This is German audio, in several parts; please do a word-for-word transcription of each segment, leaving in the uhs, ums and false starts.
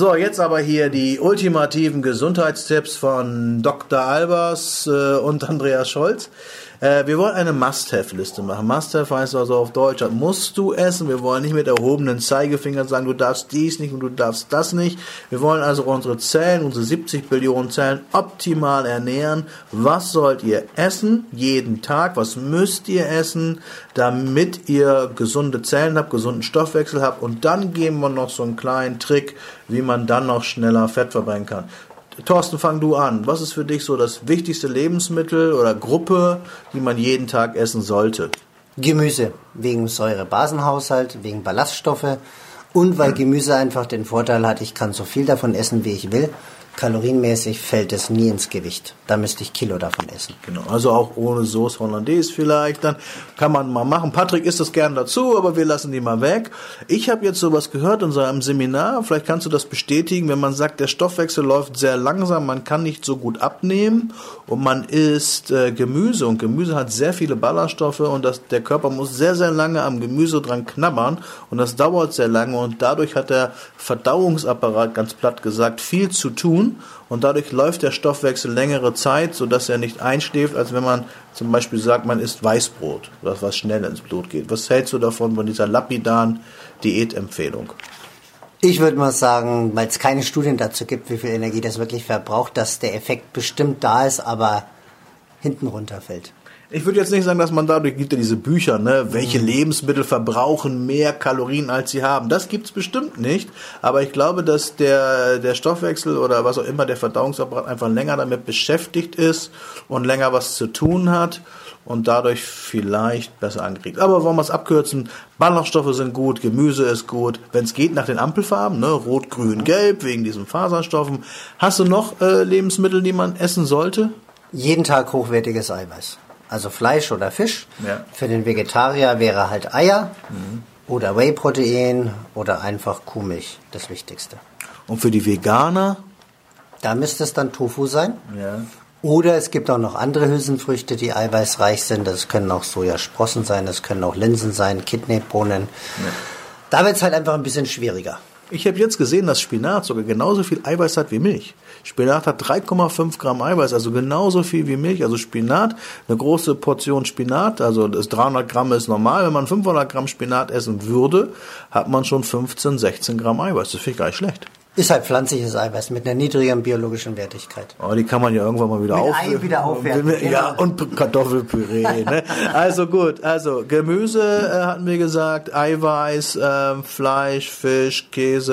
So, jetzt aber hier die ultimativen Gesundheitstipps von Doktor Albers äh, und Andreas Scholz. Äh, wir wollen eine Must-Have-Liste machen. Must-Have heißt also auf Deutsch, das musst du essen. Wir wollen nicht mit erhobenen Zeigefingern sagen, du darfst dies nicht und du darfst das nicht. Wir wollen also unsere Zellen, unsere siebzig Billionen Zellen optimal ernähren. Was sollt ihr essen jeden Tag? Was müsst ihr essen, damit ihr gesunde Zellen habt, gesunden Stoffwechsel habt? Und dann geben wir noch so einen kleinen Trick, wie man dann noch schneller Fett verbrennen kann. Thorsten, fang du an. Was ist für dich so das wichtigste Lebensmittel oder Gruppe, die man jeden Tag essen sollte? Gemüse, wegen Säurebasenhaushalt, wegen Ballaststoffe und weil Gemüse einfach den Vorteil hat, ich kann so viel davon essen, wie ich will. Kalorienmäßig fällt es nie ins Gewicht. Da müsste ich Kilo davon essen. Genau, also auch ohne Sauce Hollandaise vielleicht. Dann kann man mal machen. Patrick isst das gern dazu, aber wir lassen die mal weg. Ich habe jetzt sowas gehört in so einem Seminar. Vielleicht kannst du das bestätigen, wenn man sagt, der Stoffwechsel läuft sehr langsam, man kann nicht so gut abnehmen und man isst äh, Gemüse. Und Gemüse hat sehr viele Ballaststoffe und das, der Körper muss sehr, sehr lange am Gemüse dran knabbern und das dauert sehr lange und dadurch hat der Verdauungsapparat, ganz platt gesagt, viel zu tun. Und dadurch läuft der Stoffwechsel längere Zeit, sodass er nicht einschläft, als wenn man zum Beispiel sagt, man isst Weißbrot, was schnell ins Blut geht. Was hältst du davon, von dieser lapidaren Diätempfehlung? Ich würde mal sagen, weil es keine Studien dazu gibt, wie viel Energie das wirklich verbraucht, dass der Effekt bestimmt da ist, aber hinten runterfällt. Ich würde jetzt nicht sagen, dass man dadurch, gibt ja diese Bücher, ne, welche Lebensmittel verbrauchen mehr Kalorien, als sie haben. Das gibt's bestimmt nicht, aber ich glaube, dass der, der Stoffwechsel oder was auch immer, der Verdauungsapparat einfach länger damit beschäftigt ist und länger was zu tun hat und dadurch vielleicht besser ankriegt. Aber wollen wir es abkürzen, Ballaststoffe sind gut, Gemüse ist gut, wenn es geht nach den Ampelfarben, ne, rot, grün, gelb, wegen diesen Faserstoffen. Hast du noch äh, Lebensmittel, die man essen sollte? Jeden Tag hochwertiges Eiweiß. Also Fleisch oder Fisch. Ja. Für den Vegetarier wäre halt Eier mhm. oder Whey-Protein oder einfach Kuhmilch das Wichtigste. Und für die Veganer? Da müsste es dann Tofu sein. Ja. Oder es gibt auch noch andere Hülsenfrüchte, die eiweißreich sind. Das können auch Sojasprossen sein, das können auch Linsen sein, Kidneybohnen. Ja. Da wird es halt einfach ein bisschen schwieriger. Ich habe jetzt gesehen, dass Spinat sogar genauso viel Eiweiß hat wie Milch. Spinat hat drei Komma fünf Gramm Eiweiß, also genauso viel wie Milch. Also Spinat, eine große Portion Spinat, also das dreihundert Gramm ist normal. Wenn man fünfhundert Gramm Spinat essen würde, hat man schon fünfzehn, sechzehn Gramm Eiweiß. Das finde ich gar nicht schlecht. Ist halt pflanzliches Eiweiß mit einer niedrigen biologischen Wertigkeit. Aber die kann man ja irgendwann mal wieder mit aufwerten. Ei wieder aufwerten. Ja, genau. Und Kartoffelpüree. Ne? Also gut, also Gemüse äh, hatten wir gesagt, Eiweiß, äh, Fleisch, Fisch,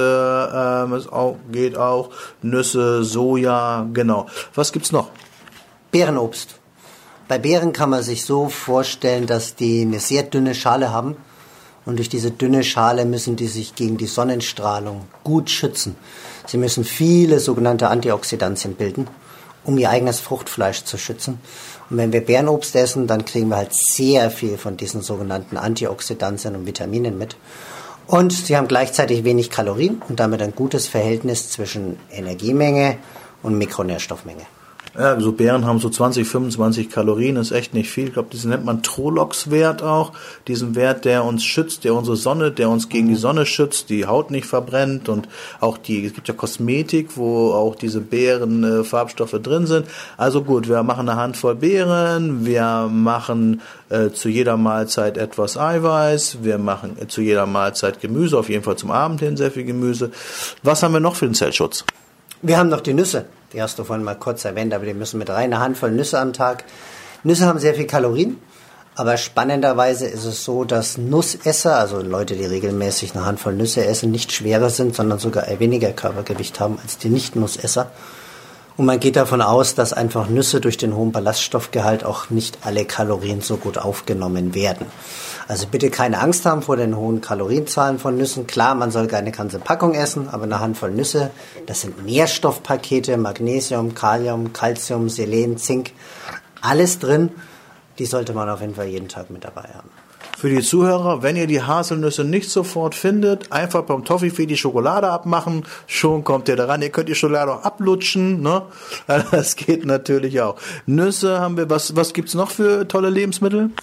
Käse, äh, es auch, geht auch, Nüsse, Soja, genau. Was gibt's noch? Beerenobst. Bei Beeren kann man sich so vorstellen, dass die eine sehr dünne Schale haben. Und durch diese dünne Schale müssen die sich gegen die Sonnenstrahlung gut schützen. Sie müssen viele sogenannte Antioxidantien bilden, um ihr eigenes Fruchtfleisch zu schützen. Und wenn wir Beerenobst essen, dann kriegen wir halt sehr viel von diesen sogenannten Antioxidantien und Vitaminen mit. Und sie haben gleichzeitig wenig Kalorien und damit ein gutes Verhältnis zwischen Energiemenge und Mikronährstoffmenge. Ja, so Beeren haben so zwanzig, fünfundzwanzig Kalorien, ist echt nicht viel. Ich glaube, diesen nennt man Trolox-Wert auch. Diesen Wert, der uns schützt, der unsere Sonne, der uns gegen die Sonne schützt, die Haut nicht verbrennt und auch die, es gibt ja Kosmetik, wo auch diese Beeren äh, Farbstoffe drin sind. Also gut, wir machen eine Handvoll Beeren, wir machen äh, zu jeder Mahlzeit etwas Eiweiß, wir machen äh, zu jeder Mahlzeit Gemüse, auf jeden Fall zum Abend hin sehr viel Gemüse. Was haben wir noch für den Zellschutz? Wir haben noch die Nüsse. Die hast du vorhin mal kurz erwähnt, aber die müssen mit rein, eine Handvoll Nüsse am Tag. Nüsse haben sehr viel Kalorien, aber spannenderweise ist es so, dass Nussesser, also Leute, die regelmäßig eine Handvoll Nüsse essen, nicht schwerer sind, sondern sogar weniger Körpergewicht haben als die Nicht-Nussesser. Und man geht davon aus, dass einfach Nüsse durch den hohen Ballaststoffgehalt auch nicht alle Kalorien so gut aufgenommen werden. Also bitte keine Angst haben vor den hohen Kalorienzahlen von Nüssen. Klar, man soll keine ganze Packung essen, aber eine Handvoll Nüsse, das sind Nährstoffpakete, Magnesium, Kalium, Calcium, Selen, Zink, alles drin. Die sollte man auf jeden Fall jeden Tag mit dabei haben. Für die Zuhörer, wenn ihr die Haselnüsse nicht sofort findet, einfach beim Toffifee die Schokolade abmachen, schon kommt ihr daran. Ihr könnt die Schokolade auch ablutschen, ne? Das geht natürlich auch. Nüsse haben wir, was, was gibt's noch für tolle Lebensmittel?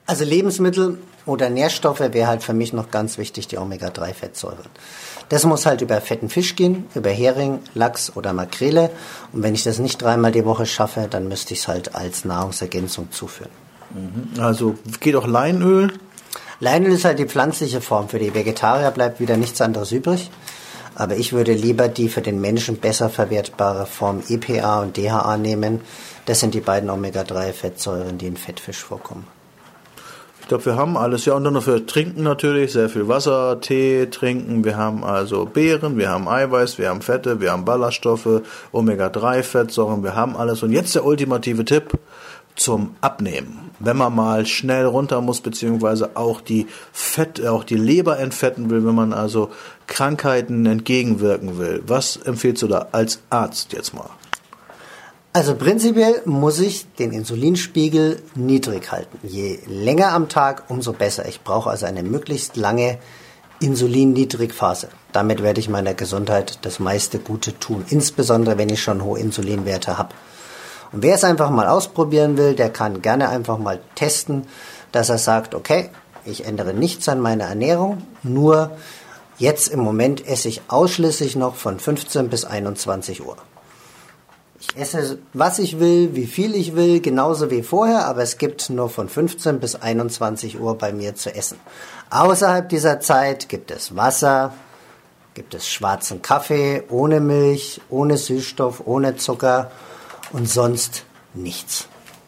Also Lebensmittel oder Nährstoffe wäre halt für mich noch ganz wichtig, die Omega drei Fettsäuren. Das muss halt über fetten Fisch gehen, über Hering, Lachs oder Makrele. Und wenn ich das nicht dreimal die Woche schaffe, dann müsste ich es halt als Nahrungsergänzung zuführen. Also geht auch Leinöl? Leinöl ist halt die pflanzliche Form. Für die Vegetarier bleibt wieder nichts anderes übrig. Aber ich würde lieber die für den Menschen besser verwertbare Form E P A und D H A nehmen. Das sind die beiden Omega drei Fettsäuren, die in Fettfisch vorkommen. Ich glaube, wir haben alles. Ja, und dann noch für Trinken natürlich. Sehr viel Wasser, Tee, Trinken. Wir haben also Beeren, wir haben Eiweiß, wir haben Fette, wir haben Ballaststoffe, Omega drei Fettsäuren. Wir haben alles. Und jetzt der ultimative Tipp zum Abnehmen. Wenn man mal schnell runter muss, beziehungsweise auch die Fett, auch die Leber entfetten will, wenn man also Krankheiten entgegenwirken will. Was empfiehlst du da als Arzt jetzt mal? Also prinzipiell muss ich den Insulinspiegel niedrig halten. Je länger am Tag, umso besser. Ich brauche also eine möglichst lange Insulin-Niedrigphase. Damit werde ich meiner Gesundheit das meiste Gute tun, insbesondere wenn ich schon hohe Insulinwerte habe. Und wer es einfach mal ausprobieren will, der kann gerne einfach mal testen, dass er sagt, okay, ich ändere nichts an meiner Ernährung, nur jetzt im Moment esse ich ausschließlich noch von fünfzehn bis einundzwanzig Uhr. Ich esse, was ich will, wie viel ich will, genauso wie vorher, aber es gibt nur von fünfzehn bis einundzwanzig Uhr bei mir zu essen. Außerhalb dieser Zeit gibt es Wasser, gibt es schwarzen Kaffee, ohne Milch, ohne Süßstoff, ohne Zucker und sonst nichts.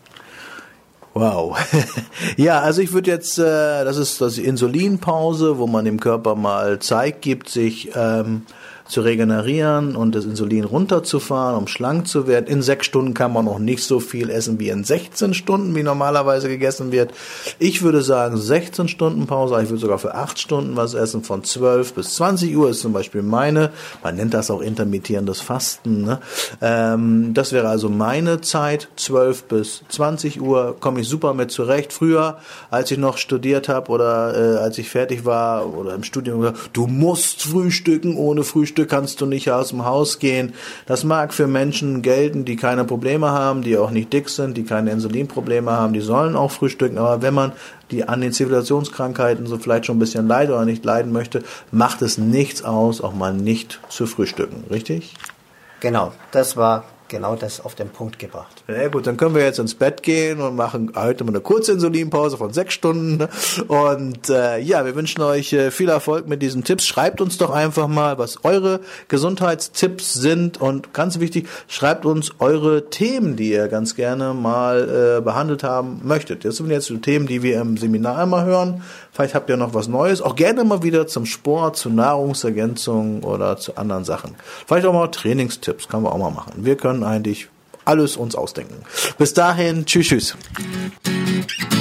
Wow. Ja, also ich würde jetzt, äh, das ist das Insulinpause, wo man dem Körper mal Zeit gibt, sich ähm, zu regenerieren und das Insulin runterzufahren, um schlank zu werden. In sechs Stunden kann man noch nicht so viel essen wie in sechzehn Stunden, wie normalerweise gegessen wird. Ich würde sagen sechzehn Stunden Pause, ich würde sogar für acht Stunden was essen, von zwölf bis zwanzig Uhr ist zum Beispiel meine, man nennt das auch intermittierendes Fasten, ne? Ähm, das wäre also meine Zeit, zwölf bis zwanzig Uhr, komme ich super mit zurecht. Früher, als ich noch studiert habe oder äh, als ich fertig war oder im Studium, du musst frühstücken, ohne Frühstück kannst du nicht aus dem Haus gehen. Das mag für Menschen gelten, die keine Probleme haben, die auch nicht dick sind, die keine Insulinprobleme haben, die sollen auch frühstücken, aber wenn man die an den Zivilisationskrankheiten so vielleicht schon ein bisschen leidet oder nicht leiden möchte, macht es nichts aus, auch mal nicht zu frühstücken, richtig? Genau, das war genau das auf den Punkt gebracht. Ja gut, dann können wir jetzt ins Bett gehen und machen heute mal eine kurze Insulinpause von sechs Stunden. Und äh, ja, wir wünschen euch äh, viel Erfolg mit diesen Tipps. Schreibt uns doch einfach mal, was eure Gesundheitstipps sind. Und ganz wichtig, schreibt uns eure Themen, die ihr ganz gerne mal äh, behandelt haben möchtet. Das sind jetzt die Themen, die wir im Seminar immer hören. Vielleicht habt ihr noch was Neues. Auch gerne mal wieder zum Sport, zu Nahrungsergänzung oder zu anderen Sachen. Vielleicht auch mal Trainingstipps, kann man auch mal machen. Wir können eigentlich alles uns ausdenken. Bis dahin, tschüss, tschüss.